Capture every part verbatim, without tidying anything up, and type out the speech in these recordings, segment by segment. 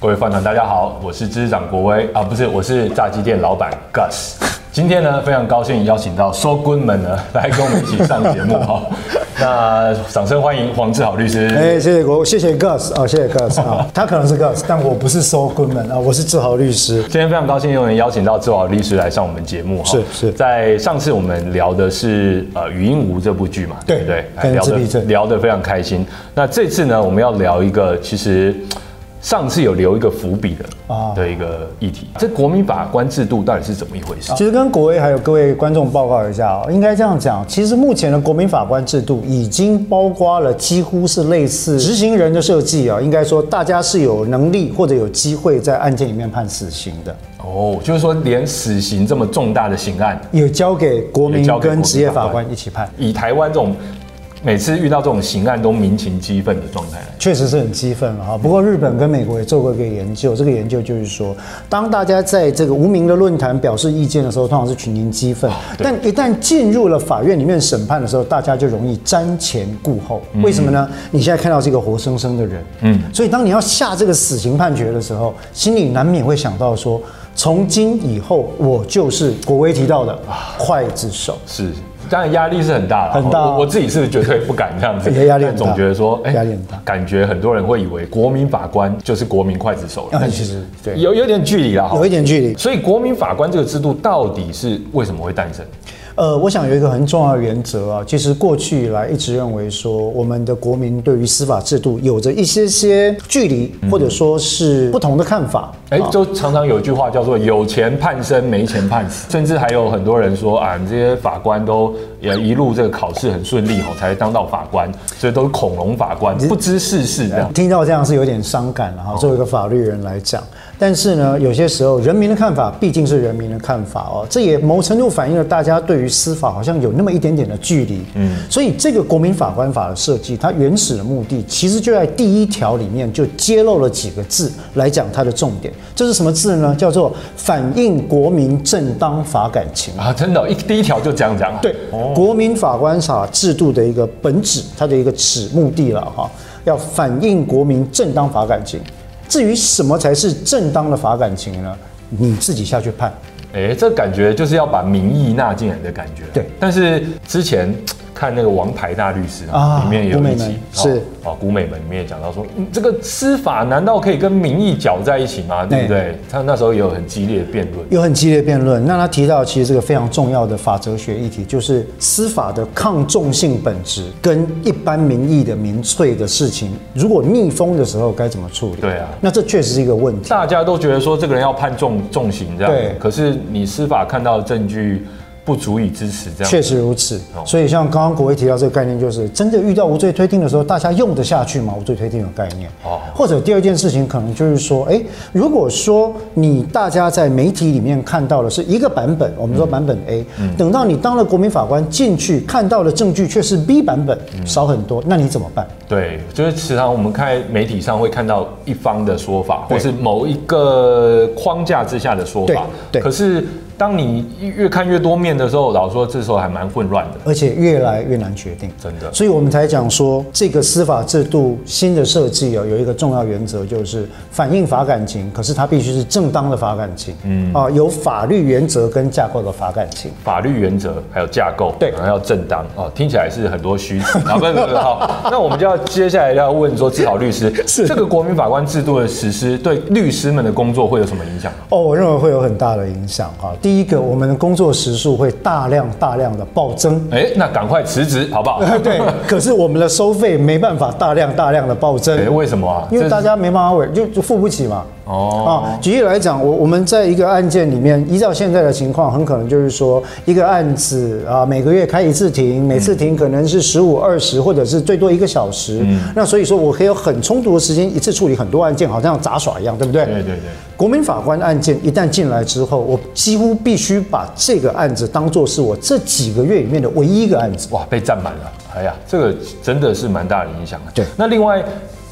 各位饭团，大家好，我是知长国威啊，不是，我是炸鸡店老板 Gus。今天呢，非常高兴邀请到收棍们呢来跟我们一起上节目哈。那掌声欢迎黄志豪律师。 哎，谢谢国，谢谢 Gus 啊，谢谢 Gus 啊，他可能是 Gus， 但我不是收棍们啊，我是志豪律师。 今天非常高兴有人邀请到志豪律师来上我们节目哈。 是是， 在上次我们聊的是呃《语音无》这部剧嘛， 对不对？ 跟自闭症聊得非常开心。那这次呢，我们要聊一个其实。上次有留一个伏笔的啊的一个议题，这国民法官制度到底是怎么一回事？ 其实跟国威还有各位观众报告一下哦，应该这样讲，其实目前的国民法官制度已经包括了几乎是类似执行人的设计啊，应该说大家是有能力或者有机会在案件里面判死刑的。 哦，就是说连死刑这么重大的刑案， 有交给国民跟职业法官一起判。 以台湾这种。每次遇到这种刑案都民情激愤的状态， 确实是很激愤了哈。不过日本跟美国也做过一个研究，这个研究就是说，当大家在这个无名的论坛表示意见的时候，通常是群情激愤，但一旦进入了法院里面审判的时候，大家就容易瞻前顾后。为什么呢？你现在看到是一个活生生的人，嗯，所以当你要下这个死刑判决的时候，心里难免会想到说，从今以后我就是国威提到的刽子手， 是。当然压力是很大的， 很大、啊。 我, 我自己是绝对不敢这样子， 压力很大。 总觉得说，哎、欸， 压力很大。 感觉很多人会以为国民法官就是国民刽子手了， 但其实对有有点距离啦， 有一点距离。 所以国民法官这个制度到底是为什么会诞生？ 呃，我想有一个很重要的原则啊，其实过去以来一直认为说，我们的国民对于司法制度有着一些些距离，或者说是不同的看法。 哎、欸，就常常有一句话叫做"有钱判生，没钱判死"，甚至还有很多人说啊，你这些法官都也一路这个考试很顺利哦，才当到法官，所以都是恐龙法官，不知世事这样。 听到这样是有点伤感了哈，作为一个法律人来讲。但是呢，有些时候人民的看法毕竟是人民的看法哦，这也某程度反映了大家对于司法好像有那么一点点的距离。嗯，所以这个国民法官法的设计，它原始的目的其实就在第一条里面就揭露了几个字来讲它的重点。这是什么字呢？叫做反映国民正当法感情啊！真的，一第一条就这样讲。 对，哦、国民法官法制度的一个本质，它的一个旨目的了哈，要反映国民正当法感情。至于什么才是正当的法感情呢？你自己下去判。 哎、欸，这感觉就是要把民意纳进来的感觉。 对， 但是之前看那个《王牌大律师》啊，里面有一集是哦，古美门里面也讲到说，嗯，这个司法难道可以跟民意搅在一起吗？对不对？他那时候也有很激烈的辩论， 有很激烈的辩论。那他提到其实这个非常重要的法哲学议题，就是司法的抗重性本质跟一般民意的民粹的事情，如果逆风的时候该怎么处理？ 对啊， 那这确实是一个问题。 大家都觉得说这个人要判重重刑这样， 对， 可是你司法看到的证据不足以支持这样， 确实如此。所以像刚刚国威提到这个概念，就是真的遇到无罪推定的时候，大家用得下去吗？无罪推定的概念。哦。或者第二件事情，可能就是说，哎，如果说你大家在媒体里面看到的是一个版本，我们说版本 A，、嗯、等到你当了国民法官进去看到的证据却是 B 版本，嗯、少很多，那你怎么办？ 对，就是时常我们看媒体上会看到一方的说法，或是某一个框架之下的说法， 对，对可是。当你越看越多面的时候，老实说这时候还蛮混乱的， 而且越来越难决定， 真的。 所以我们才讲说，这个司法制度新的设计啊，有一个重要原则，就是反映法感情，可是它必须是正当的法感情，嗯啊，有法律原则跟架构的法感情。 法律原则还有架构， 对， 然后要正当哦，听起来是很多虚词啊，不不不，好，那我们就要接下来要问说，志豪律师，这个国民法官制度的实施对律师们的工作会有什么影响？ 哦，我认为会有很大的影响哈。第一个，我们的工作时数会大量大量的暴增， 哎、欸，那赶快辞职好不好？ 对，可是我们的收费没办法大量大量的暴增， 哎、欸，为什么啊？ 因为大家没办法委，就就付不起嘛。哦，啊，举例来讲，我我们在一个案件里面，依照现在的情况，很可能就是说，一个案子啊，每个月开一次庭，每次庭可能是十五、二十，或者是最多一个小时。嗯，那所以说我可以有很充足的时间，一次处理很多案件，好像杂耍一样，对不对？ 对对对。 国民法官案件一旦进来之后，我几乎必须把这个案子当作是我这几个月里面的唯一一个案子。 哇，被占满了！哎呀，这个真的是蛮大的影响。 对， 那另外。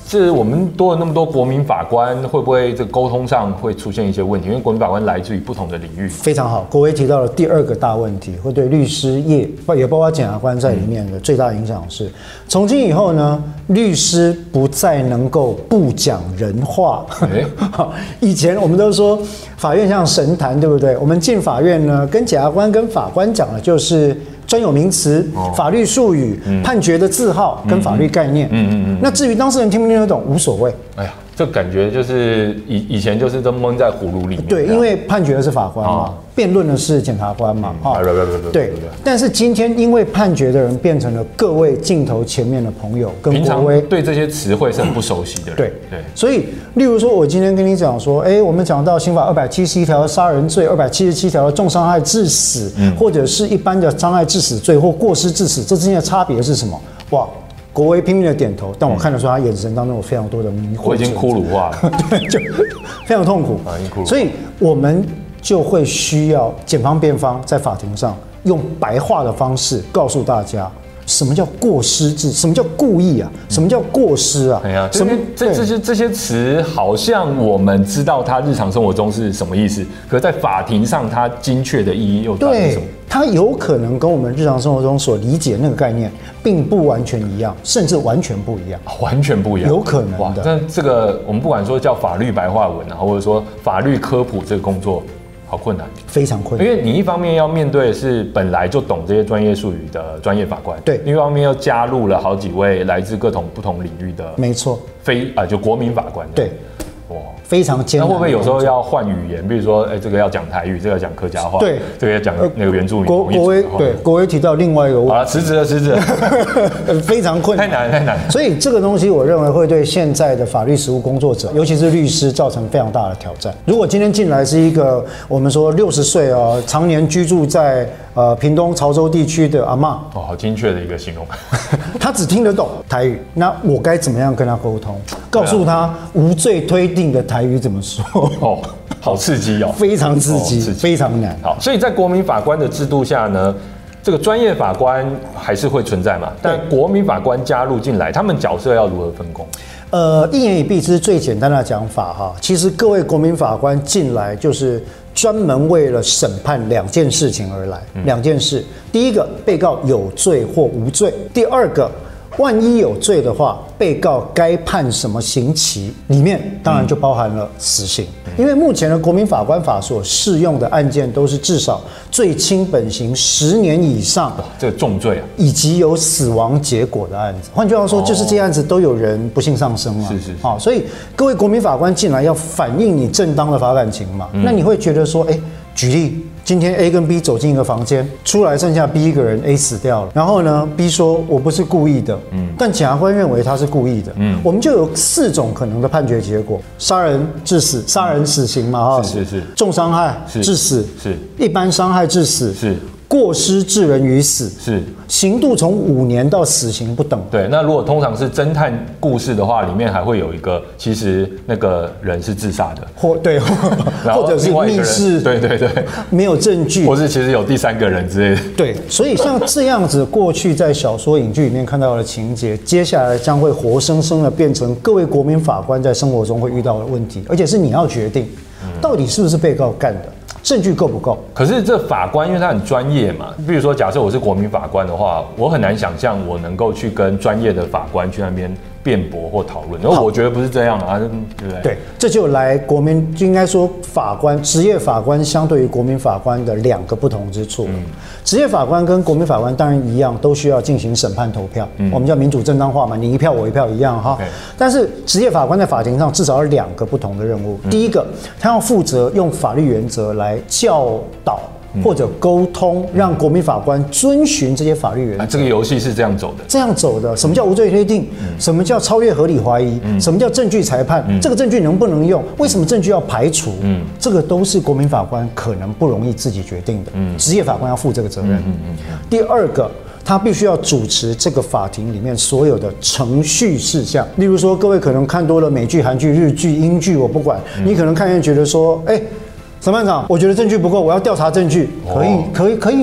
是我们多了那么多国民法官，会不会这沟通上会出现一些问题？因为国民法官来自于不同的领域。 非常好，国维提到了第二个大问题，会对律师业也包括检察官在里面的最大影响是，从今以后呢，律师不再能够不讲人话。欸、以前我们都说法院像神坛，对不对？我们进法院呢，跟检察官跟法官讲的就是专有名词、哦、法律术语、嗯、判决的字号跟法律概念。嗯嗯嗯。那至于当事人听不听得懂，无所谓。哎呀， 这感觉就是以以前就是都蒙在葫芦里面。 对，因为判决的是法官嘛，哦、辩论的是检察官嘛。哈、嗯，对。但是今天因为判决的人变成了各位镜头前面的朋友，跟平常对这些词汇是很不熟悉的人。 对对。所以，例如说，我今天跟你讲说，哎，我们讲到刑法二百七十一条的杀人罪，二百七十七条的重伤害致死，嗯、或者是一般的伤害致死罪或过失致死，这之间的差别是什么？哇！国维拼命的点头，但我看得出他眼神当中有非常多的迷惑。 我已经骷髅化了， 对，就非常痛苦。啊，已经骷髅。所以我们就会需要检方辩方在法庭上用白话的方式告诉大家，什么叫过失致，什么叫故意啊，什么叫过失啊？ 哎呀，什么这这些这些词，好像我们知道它日常生活中是什么意思，可是在法庭上它精确的意义又到底是什么？ 它有可能跟我们日常生活中所理解那个概念并不完全一样，甚至完全不一样， 完全不一样， 有可能的。 那这个我们不管说叫法律白话文啊，或者说法律科普这个工作，好困难， 非常困难。 因为你一方面要面对的是本来就懂这些专业术语的专业法官， 对； 另一方面又加入了好几位来自各种不同领域的， 没错， 非啊、呃、就国民法官， 对。哇，非常艰难。 那会不会有时候要换语言？比如说，哎、欸，这个要讲台语，这个要讲客家话， 对， 这个要讲那个原住民。 国国威对国威提到另外一个问题， 好了，辞职了，辞职了， 非常困难， 太难太难。 所以这个东西，我认为会对现在的法律实务工作者，尤其是律师，造成非常大的挑战。如果今天进来是一个我们说六十岁啊，常年居住在呃屏东潮州地区的阿嬷， 哦，好精确的一个形容， 他只听得懂台语，那我该怎么样跟他沟通？告诉他无罪推定的台语怎么说？ 哦，好刺激哦， 非常刺激，哦、非常难。 好，所以在国民法官的制度下呢，这个专业法官还是会存在嘛？但国民法官加入进来，他们角色要如何分工？ 呃，一言以蔽之，最简单的讲法哈，其实各位国民法官进来就是专门为了审判两件事情而来。嗯、两件事，第一个，被告有罪或无罪；第二个，万一有罪的话，被告该判什么刑期？里面当然就包含了死刑，嗯、因为目前的国民法官法所适用的案件都是至少最轻本刑十年以上， 这个重罪啊， 以及有死亡结果的案子。换句话说，就是这些案子都有人不幸上升了。 是是是。 好，所以各位国民法官进来要反映你正当的法感情嘛？嗯、那你会觉得说，哎、欸，举例。今天 A 跟 B 走进一个房间，出来剩下 B 一个人 ，A 死掉了。然后呢 ，B 说我不是故意的，嗯，但检察官认为他是故意的，嗯，我们就有四种可能的判决结果：杀人致死，杀人死刑嘛，哈， 是是是， 重伤害致死是， 一般伤害致死是。 过失致人于死是， 刑度从五年到死刑不等。 对，那如果通常是侦探故事的话，里面还会有一个，其实那个人是自杀的， 或对，或者是密室， 对对对， 没有证据， 或是其实有第三个人之类的。 对，所以像这样子，过去在小说、影剧里面看到的情节，接下来将会活生生的变成各位国民法官在生活中会遇到的问题，而且是你要决定，到底是不是被告干的。证据够不够？ 可是这法官因为他很专业嘛，比如说假设我是国民法官的话，我很难想象我能够去跟专业的法官去那边辩驳或讨论，因为我觉得不是这样啊，对不对？ 对，这就来国民就应该说法官职业法官相对于国民法官的两个不同之处。嗯，职业法官跟国民法官当然一样，都需要进行审判投票，嗯、我们叫民主正当化嘛，你一票我一票一样哈。Okay. 但是职业法官在法庭上至少有两个不同的任务，嗯、第一个，他要负责用法律原则来教导。或者沟通，让国民法官遵循这些法律原则。啊、 这个游戏是这样走的， 这样走的。什么叫无罪推定？嗯、什么叫超越合理怀疑？嗯、什么叫证据裁判？嗯、这个证据能不能用？为什么证据要排除？嗯、这个都是国民法官可能不容易自己决定的。嗯、职业法官要负这个责任。嗯嗯嗯嗯、第二个。他必须要主持这个法庭里面所有的程序事项，例如说，各位可能看多了美剧、韩剧、日剧、英剧，我不管，嗯、你可能看见觉得说，哎、欸，审判长，我觉得证据不够，我要调查证据，可以，哦、可以，可以吗？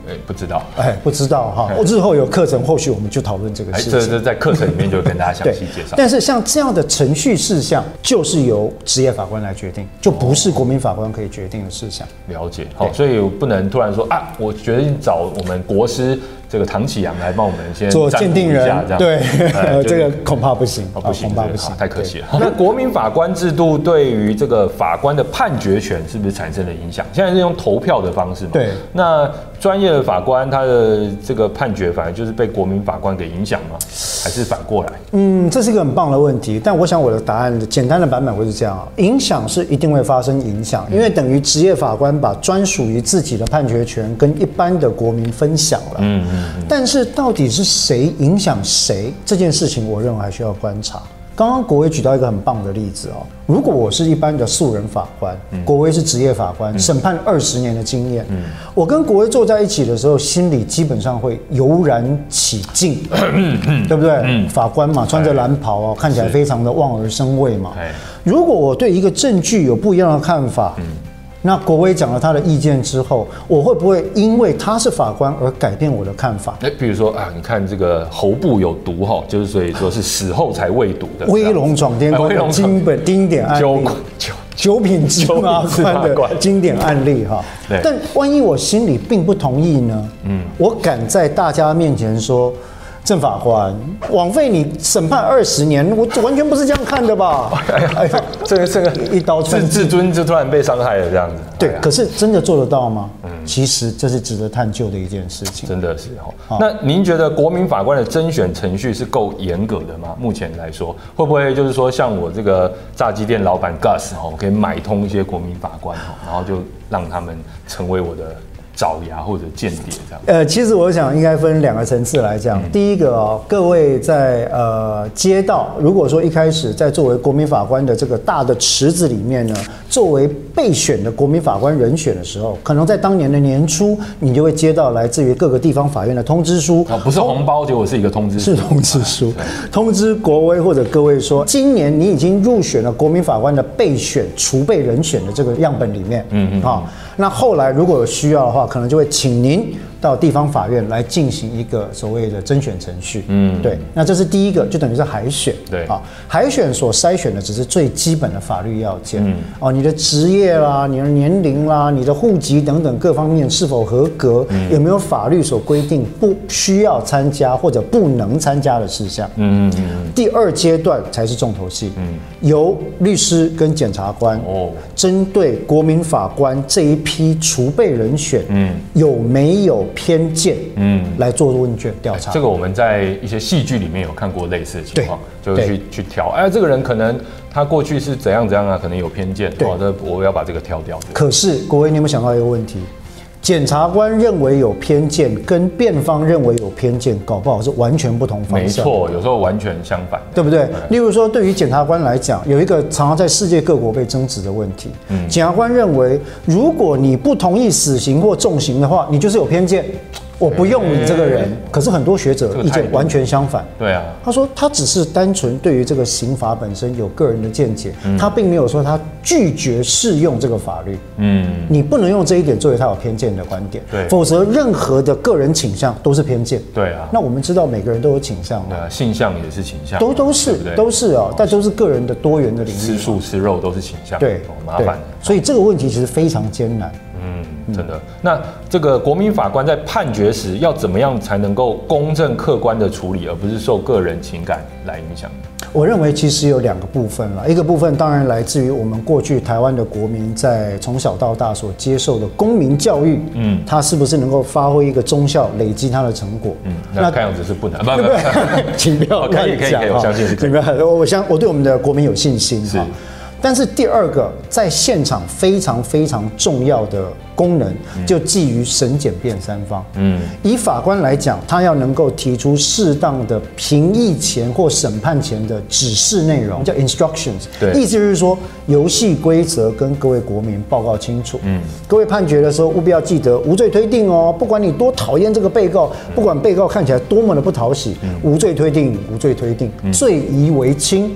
哎，不知道， 哎，不知道哈。日后有课程，或许我们就讨论这个事情。 这这在课程里面就跟大家详细介绍。 但是像这样的程序事项，就是由职业法官来决定，就不是国民法官可以决定的事项。 了解，好，所以不能突然说啊，我决定找我们国师这个唐启阳来帮我们先做鉴定人，这样对， 呃、 这个恐怕不行， 不行， 恐怕不行， 太可惜了。那国民法官制度对于这个法官的判决权是不是产生了影响？现在是用投票的方式嘛？ 对。 那专业的法官他的这个判决，反而就是被国民法官给影响吗？还是反过来？ 嗯，这是一个很棒的问题。但我想我的答案的简单的版本会是这样啊：影响是一定会发生影响，因为等于职业法官把专属于自己的判决权跟一般的国民分享了。嗯嗯。但是到底是谁影响谁这件事情，我认为还需要观察。刚刚国威举到一个很棒的例子哦，如果我是一般的素人法官，嗯、国威是职业法官，审、嗯、判二十年的经验，嗯、我跟国威坐在一起的时候，心里基本上会油然起敬，对不对？嗯、法官嘛，穿着蓝袍啊，看起来非常的望而生畏嘛。如果我对一个证据有不一样的看法，嗯那国威讲了他的意见之后，我会不会因为他是法官而改变我的看法？ 哎，比如说啊，你看这个喉部有毒哈，就是所以说是死后才喂毒的。 威龙闯天关的经本经典案例，九九品芝麻官的经典案例哈。但万一我心里并不同意呢？嗯，我敢在大家面前说。郑法官，枉费你审判二十年，我完全不是这样看的吧？ 哎呀，这个这个一刀穿自自尊就突然被伤害了，这样子。 对，可是真的做得到吗？嗯，其实这是值得探究的一件事情。 真的是哦。那您觉得国民法官的甄选程序是够严格的吗？目前来说，会不会就是说，像我这个炸鸡店老板 Gus 哈，我可以买通一些国民法官哈，然后就让他们成为我的爪牙或者间谍这样。 呃，其实我想应该分两个层次来讲。嗯、第一个哦，各位在呃街道，如果说一开始在作为国民法官的这个大的池子里面呢，作为备选的国民法官人选的时候，可能在当年的年初，你就会接到来自于各个地方法院的通知书。 哦，不是红包，结果是一个通知书。 是通知书，通知国威或者各位说，今年你已经入选了国民法官的备选储备人选的这个样本里面。嗯嗯。啊、哦，那后来如果有需要的话，可能就会请您到地方法院来进行一个所谓的甄选程序。嗯，对，那这是第一个，就等于是海选。 对啊， 海选所筛选的只是最基本的法律要件。嗯，哦，你的职业啦、你的年龄啦、你的户籍等等各方面是否合格，嗯、有没有法律所规定不需要参加或者不能参加的事项。嗯嗯嗯。第二阶段才是重头戏。嗯，由律师跟检察官哦，针对国民法官这一批储备人选，嗯，有没有偏见，嗯，来做问卷调查。 这个我们在一些戏剧里面有看过类似的情况，就去去挑，哎，这个人可能他过去是怎样怎样啊，可能有偏见，好的，我要把这个挑掉。 可是国威，你有没有想到一个问题？检察官认为有偏见，跟辩方认为有偏见，搞不好是完全不同方向。 没错，有时候完全相反， 对不对？例如说，对于检察官来讲，有一个常常在世界各国被争执的问题。嗯，检察官认为，如果你不同意死刑或重刑的话，你就是有偏见。我不用你这个人，可是很多学者意见完全相反。 对啊， 他说他只是单纯对于这个刑法本身有个人的见解，嗯、他并没有说他拒绝适用这个法律。嗯，你不能用这一点作为他有偏见的观点，对，否则任何的个人倾向都是偏见。 对啊， 那我们知道每个人都有倾向嘛， 对啊，性向也是倾向， 都都是对对都是哦，但都是个人的多元的领域， 吃素吃肉都是倾向， 对， 哦、麻烦。 所以这个问题其实非常艰难。 嗯，真的。那这个国民法官在判决时要怎么样才能够公正客观的处理，而不是受个人情感来影响？ 我认为其实有两个部分啦，一个部分当然来自于我们过去台湾的国民在从小到大所接受的公民教育，嗯，他是不是能够发挥一个忠孝，累积他的成果？嗯， 那看样子是不能，不不不，请不要可以可以可以，我相信是可以。 我相我对我们的国民有信心哈。但是第二个，在现场非常非常重要的功能，就基于审检辩三方。嗯，以法官来讲，他要能够提出适当的评议前或审判前的指示内容，叫 instructions。对，意思就是说，游戏规则跟各位国民报告清楚。嗯，各位判决的时候务必要记得无罪推定哦。不管你多讨厌这个被告，不管被告看起来多么的不讨喜，无罪推定，无罪推定，罪疑为轻。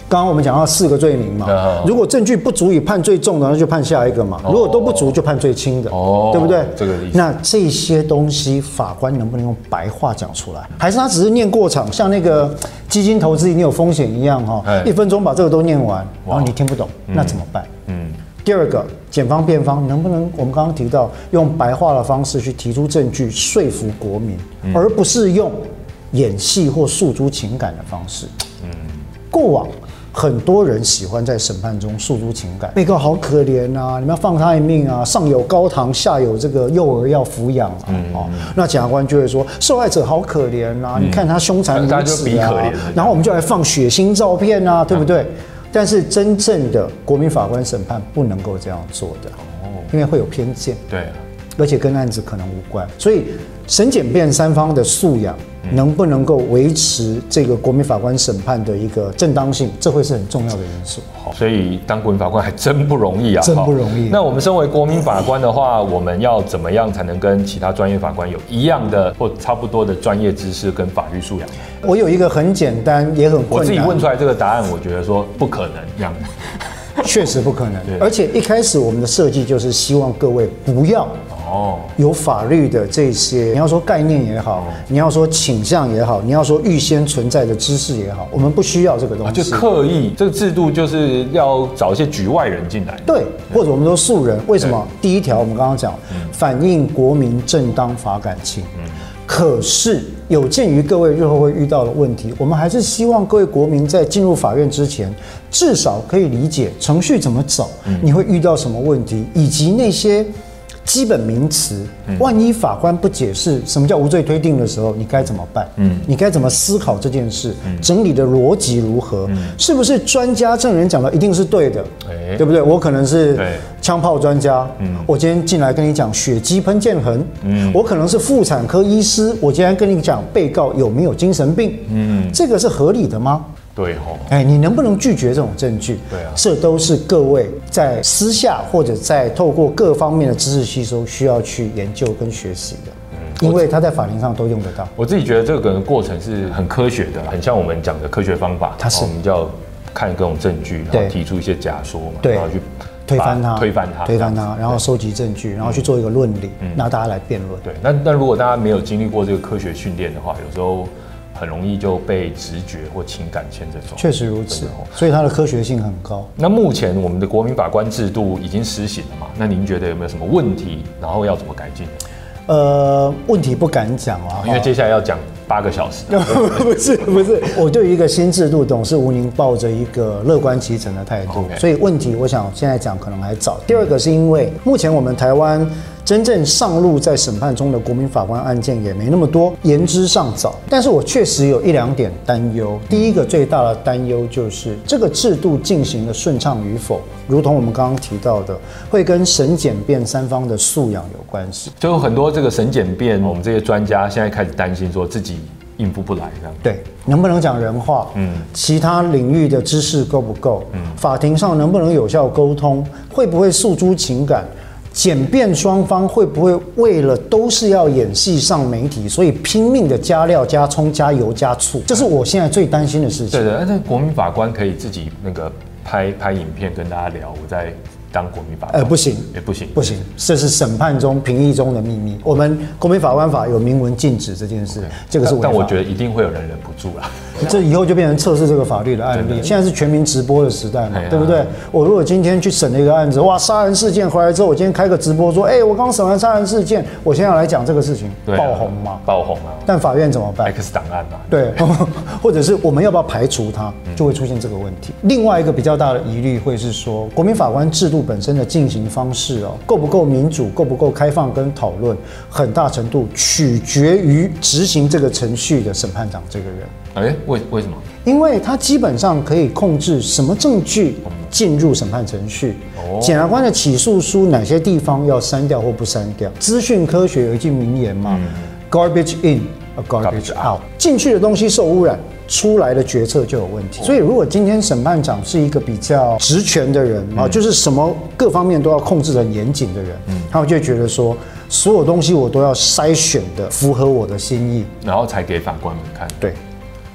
刚刚我们讲到四个罪名嘛，如果证据不足以判最重的，那就判下一个嘛；如果都不足，就判最轻的， 哦， 对不对？ 这个意思。 那这些东西，法官能不能用白话讲出来？还是他只是念过场，像那个基金投资一定有风险一样哈，一分钟把这个都念完，然后你听不懂，那怎么办？嗯。第二个，检方辩方能不能我们刚刚提到用白话的方式去提出证据，说服国民，嗯、而不是用演戏或诉诸情感的方式？嗯，过往很多人喜欢在审判中诉诸情感，被告好可怜啊，你们要放他一命啊，上有高堂，下有这个幼儿要抚养啊。嗯、哦，那检察官就会说，受害者好可怜啊，嗯、你看他凶残如此啊，然后我们就来放血腥照片啊，对不对？嗯，但是真正的国民法官审判不能够这样做的，哦，因为会有偏见， 对， 而且跟案子可能无关，所以审检辩三方的素养能不能够维持这个国民法官审判的一个正当性，这会是很重要的因素。 好，所以当国民法官还真不容易啊， 真不容易。 那我们身为国民法官的话，我们要怎么样才能跟其他专业法官有一样的或差不多的专业知识跟法律素养？ 我有一个很简单也很困难， 我自己问出来这个答案，我觉得说不可能这样。 确实不可能，而且一开始我们的设计就是希望各位不要哦有法律的这些，你要说概念也好，你要说倾向也好，你要说预先存在的知识也好，我们不需要这个东西， 就刻意这个制度就是要找一些局外人进来， 对，或者我们说素人，为什么？第一条我们刚刚讲，反映国民正当法感情。可是有鉴于各位日后会遇到的问题，我们还是希望各位国民在进入法院之前，至少可以理解程序怎么走，你会遇到什么问题，以及那些基本名词，万一法官不解释什么叫无罪推定的时候，你该怎么办？嗯，你该怎么思考这件事？整理的逻辑如何？是不是专家证人讲的一定是对的？对不对？我可能是枪炮专家，我今天进来跟你讲血迹喷溅痕，我可能是妇产科医师，我今天跟你讲被告有没有精神病，这个是合理的吗？ 对吼， 哎，你能不能拒绝这种证据？ 对啊， 这都是各位在私下或者在透过各方面的知识吸收需要去研究跟学习的。因为它在法庭上都用得到。 我自己觉得这个过程是很科学的，很像我们讲的科学方法。 它是我们就要看各种证据，然后提出一些假说嘛， 对， 然后去推翻它， 推翻它， 推翻它，然后收集证据，然后去做一个论理，让大家来辩论。 对，那那如果大家没有经历过这个科学训练的话，有时候很容易就被直觉或情感牵着走。 确实如此，所以它的科学性很高。 那目前我们的国民法官制度已经施行了嘛？那您觉得有没有什么问题？然后要怎么改进？ 呃，问题不敢讲啊， 因为接下来要讲八个小时。 不是不是，我对于一个新制度，董事吴宁抱着一个乐观其成的态度， okay. 所以问题我想现在讲可能还早。第二个是因为目前我们台湾真正上路在审判中的国民法官案件也没那么多，言之尚早。但是我确实有一两点担忧。第一个最大的担忧就是这个制度进行的顺畅与否，如同我们刚刚提到的，会跟审检辩三方的素养有关系。 就有很多这个审检辩，我们这些专家现在开始担心说自己应付不来，这样对，能不能讲人话？嗯，其他领域的知识够不够？嗯，法庭上能不能有效沟通？会不会诉诸情感？检辩双方会不会为了都是要演戏上媒体，所以拼命的加料、加葱、加油、加醋？这是我现在最担心的事情。 对的，但是国民法官可以自己那个拍拍影片跟大家聊，我在当国民法官。 呃，不行， 也不行， 不行，这是审判中、评议中的秘密。我们国民法官法有明文禁止这件事， okay. 这个是违法。 但我觉得一定会有人忍不住啦。 这以后就变成测试这个法律的案例。现在是全民直播的时代嘛，对不对？我如果今天去审了一个案子，哇，杀人事件回来之后，我今天开个直播说，哎、欸，我刚审完杀人事件，我现在要来讲这个事情，爆红嘛？ 爆红啊！ 但法院怎么办 ？X 档案嘛。 对，或者是我们要不要排除它，就会出现这个问题。另外一个比较大的疑虑会是说，国民法官制度本身的进行方式哦，够不够民主，够不够开放跟讨论，很大程度取决于执行这个程序的审判长这个人。 哎、欸，为为什么？ 因为他基本上可以控制什么证据进入审判程序，检察官的起诉书哪些地方要删掉或不删掉。资讯科学有一句名言嘛、嗯、，garbage in, a garbage out， 进去的东西受污染，出来的决策就有问题。所以如果今天审判长是一个比较职权的人啊、嗯，就是什么各方面都要控制得很严谨的人，嗯，他就会觉得说，所有东西我都要筛选的符合我的心意， 然后才给法官们看。 对。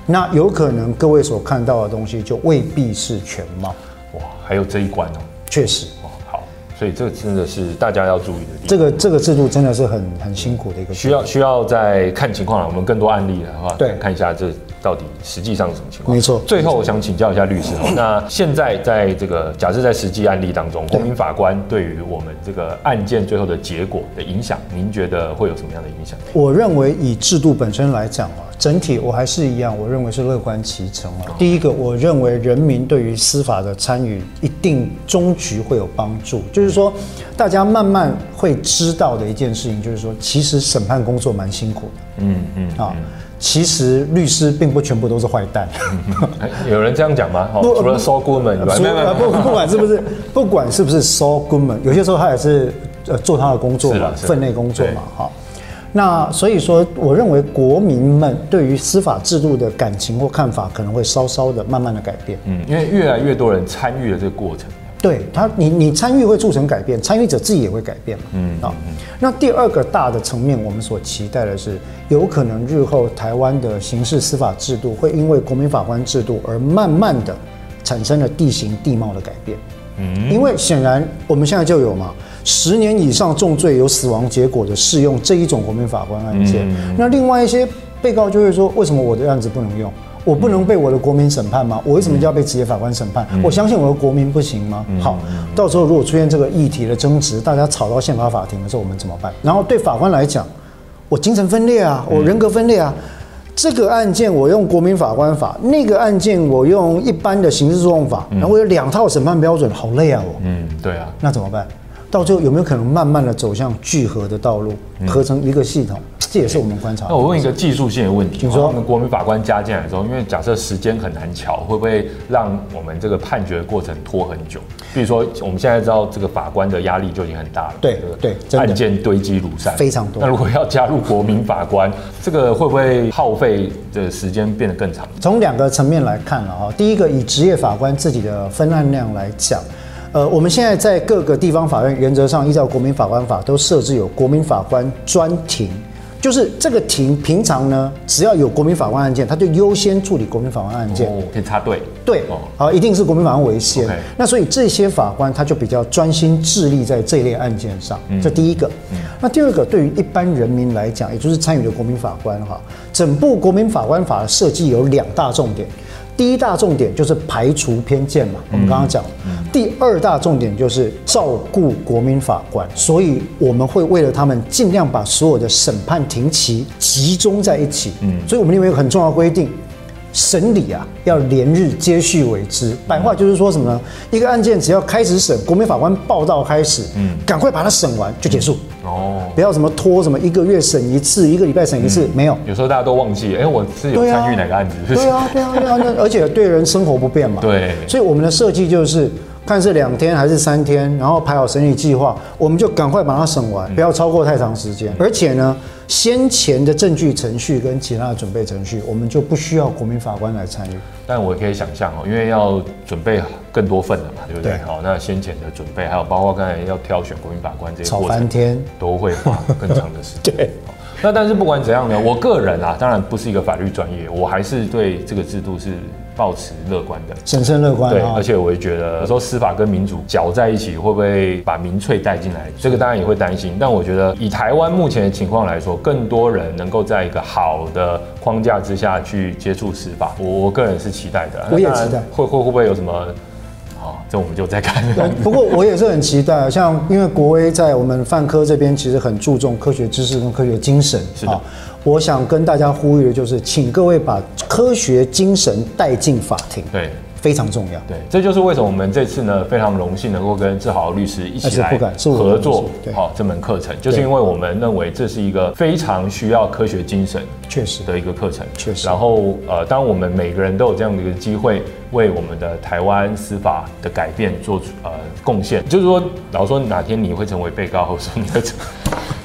那有可能各位所看到的东西就未必是全貌。 哇，还有这一关哦。 确实。 所以这真的是大家要注意的地方。 这个这个制度真的是很很辛苦的一个， 需要需要再看情况了。我们更多案例的话，对，看一下这到底实际上是什么情况。 没错。 最后我想请教一下律师哦，那现在在这个假设在实际案例当中，国民法官对于我们这个案件最后的结果的影响，您觉得会有什么样的影响？ 我认为以制度本身来讲啊，整体我还是一样，我认为是乐观其成啊。第一个，我认为人民对于司法的参与一定终局会有帮助，就是说大家慢慢会知道的一件事情，就是说其实审判工作蛮辛苦的。嗯嗯啊。其实律师并不全部都是坏蛋， 有人这样讲吗？除了 Saul Goodman 以外， 不不管是不是，不管是不是 Saul Goodman， 有些时候他也是呃做他的工作嘛，分内工作嘛，哈。那所以说，我认为国民们对于司法制度的感情或看法可能会稍稍的慢慢的改变。 嗯，因为越来越多人参与了这个过程。 对他，你你参与会促成改变，参与者自己也会改变嘛。嗯啊，那第二个大的层面，我们所期待的是，有可能日后台湾的刑事司法制度会因为国民法官制度而慢慢的产生了地形地貌的改变。嗯，因为显然我们现在就有嘛，十年以上重罪有死亡结果的适用这一种国民法官案件，嗯、那另外一些被告就会说，为什么我的案子不能用？我不能被我的国民审判吗？我为什么就要被职业法官审判？嗯、我相信我的国民不行吗？嗯、好，到时候如果出现这个议题的争执，大家吵到宪法法庭的时候，我们怎么办？然后对法官来讲，我精神分裂啊，我人格分裂啊，这个案件我用国民法官法，那个案件我用一般的刑事诉讼法，然后我有两套审判标准，好累啊我。嗯，对啊，那怎么办？到最后有没有可能慢慢的走向聚合的道路，合成一个系统？这也是我们观察的。那我问一个技术性的问题， 你说， 我们国民法官加进来之后，因为假设时间很难瞧，会不会让我们这个判决过程拖很久？比如说，我们现在知道这个法官的压力就已经很大了， 对对， 案件堆积如山， 非常多。 那如果要加入国民法官，这个会不会耗费的时间变得更长？ 从两个层面来看了哈，第一个以职业法官自己的分案量来讲。呃，我们现在在各个地方法院，原则上依照国民法官法都设置有国民法官专庭，就是这个庭平常呢，只要有国民法官案件，他就优先处理国民法官案件， 哦，可以插队， 对，好，一定是国民法官为先。Okay. 那所以这些法官他就比较专心致力在这一类案件上，嗯、这第一个。嗯、那第二个，对于一般人民来讲，也就是参与的国民法官哈，整部国民法官法的设计有两大重点。第一大重点就是排除偏见嘛，我们刚刚讲。嗯嗯、第二大重点就是照顾国民法官，所以我们会为了他们尽量把所有的审判庭期集中在一起。嗯，所以我们里面有很重要的规定，审理啊要连日接续为之。白话就是说什么呢？一个案件只要开始审，国民法官报到开始，嗯，赶快把它审完就结束。哦，不要什么拖什么一个月审一次，一个礼拜审一次，嗯、没有。 有时候大家都忘记，哎、欸，我是有参与哪个案子？ 对啊，对啊，对啊，而且对人生活不便嘛。对，所以我们的设计就是看是两天还是三天，然后排好审理计划，我们就赶快把它审完，嗯、不要超过太长时间。而且呢，先前的证据程序跟其他的准备程序，我们就不需要国民法官来参与。 但我可以想象哦，因为要准备更多份了嘛，对不对？好，那先前的准备，还有包括刚才要挑选国民法官这些过程， 吵翻天都会花更长的时间。 对。 那但是不管怎样呢，我个人啊，当然不是一个法律专业，我还是对这个制度是抱持乐观的， 审慎乐观。 对，而且我也觉得有时候司法跟民主搅在一起，会不会把民粹带进来？这个当然也会担心。但我觉得以台湾目前的情况来说，更多人能够在一个好的框架之下去接触司法，我我个人是期待的。 我也期待。 会会会不会有什么？好，这我们就再看。 不过我也是很期待，像因为国威在我们犯科这边其实很注重科学知识跟科学精神。 是的。 我想跟大家呼吁的就是，请各位把科学精神带进法庭，对，非常重要。 对，这就是为什么我们这次呢非常荣幸能够跟志豪律师一起来合作，好这门课程，就是因为我们认为这是一个非常需要科学精神确实的一个课程，确实。然后呃，当我们每个人都有这样的一个机会，为我们的台湾司法的改变做出呃贡献，就是说，老实说哪天你会成为被告，或者说你的。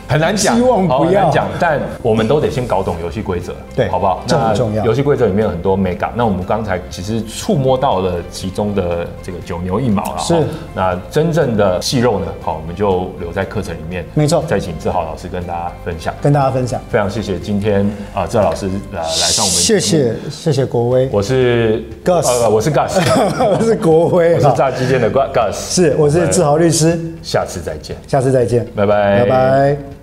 很难讲， 希望不要很难讲，但我们都得先搞懂游戏规则， 对， 好不好？ 这很重要。 游戏规则里面有很多 mega， 那我们刚才其实触摸到了其中的这个九牛一毛了， 是。 那真正的细肉呢，好，我们就留在课程里面， 没错， 再请志豪老师跟大家分享， 跟大家分享。 非常谢谢今天啊，志豪老师呃来上我们， 谢谢谢谢国威， 我是 Gus， 呃我是 Gus， 我是国威， 我是炸鸡店的 Gus， 是我是志豪律师， 下次再见， 下次再见， 拜拜， 拜拜。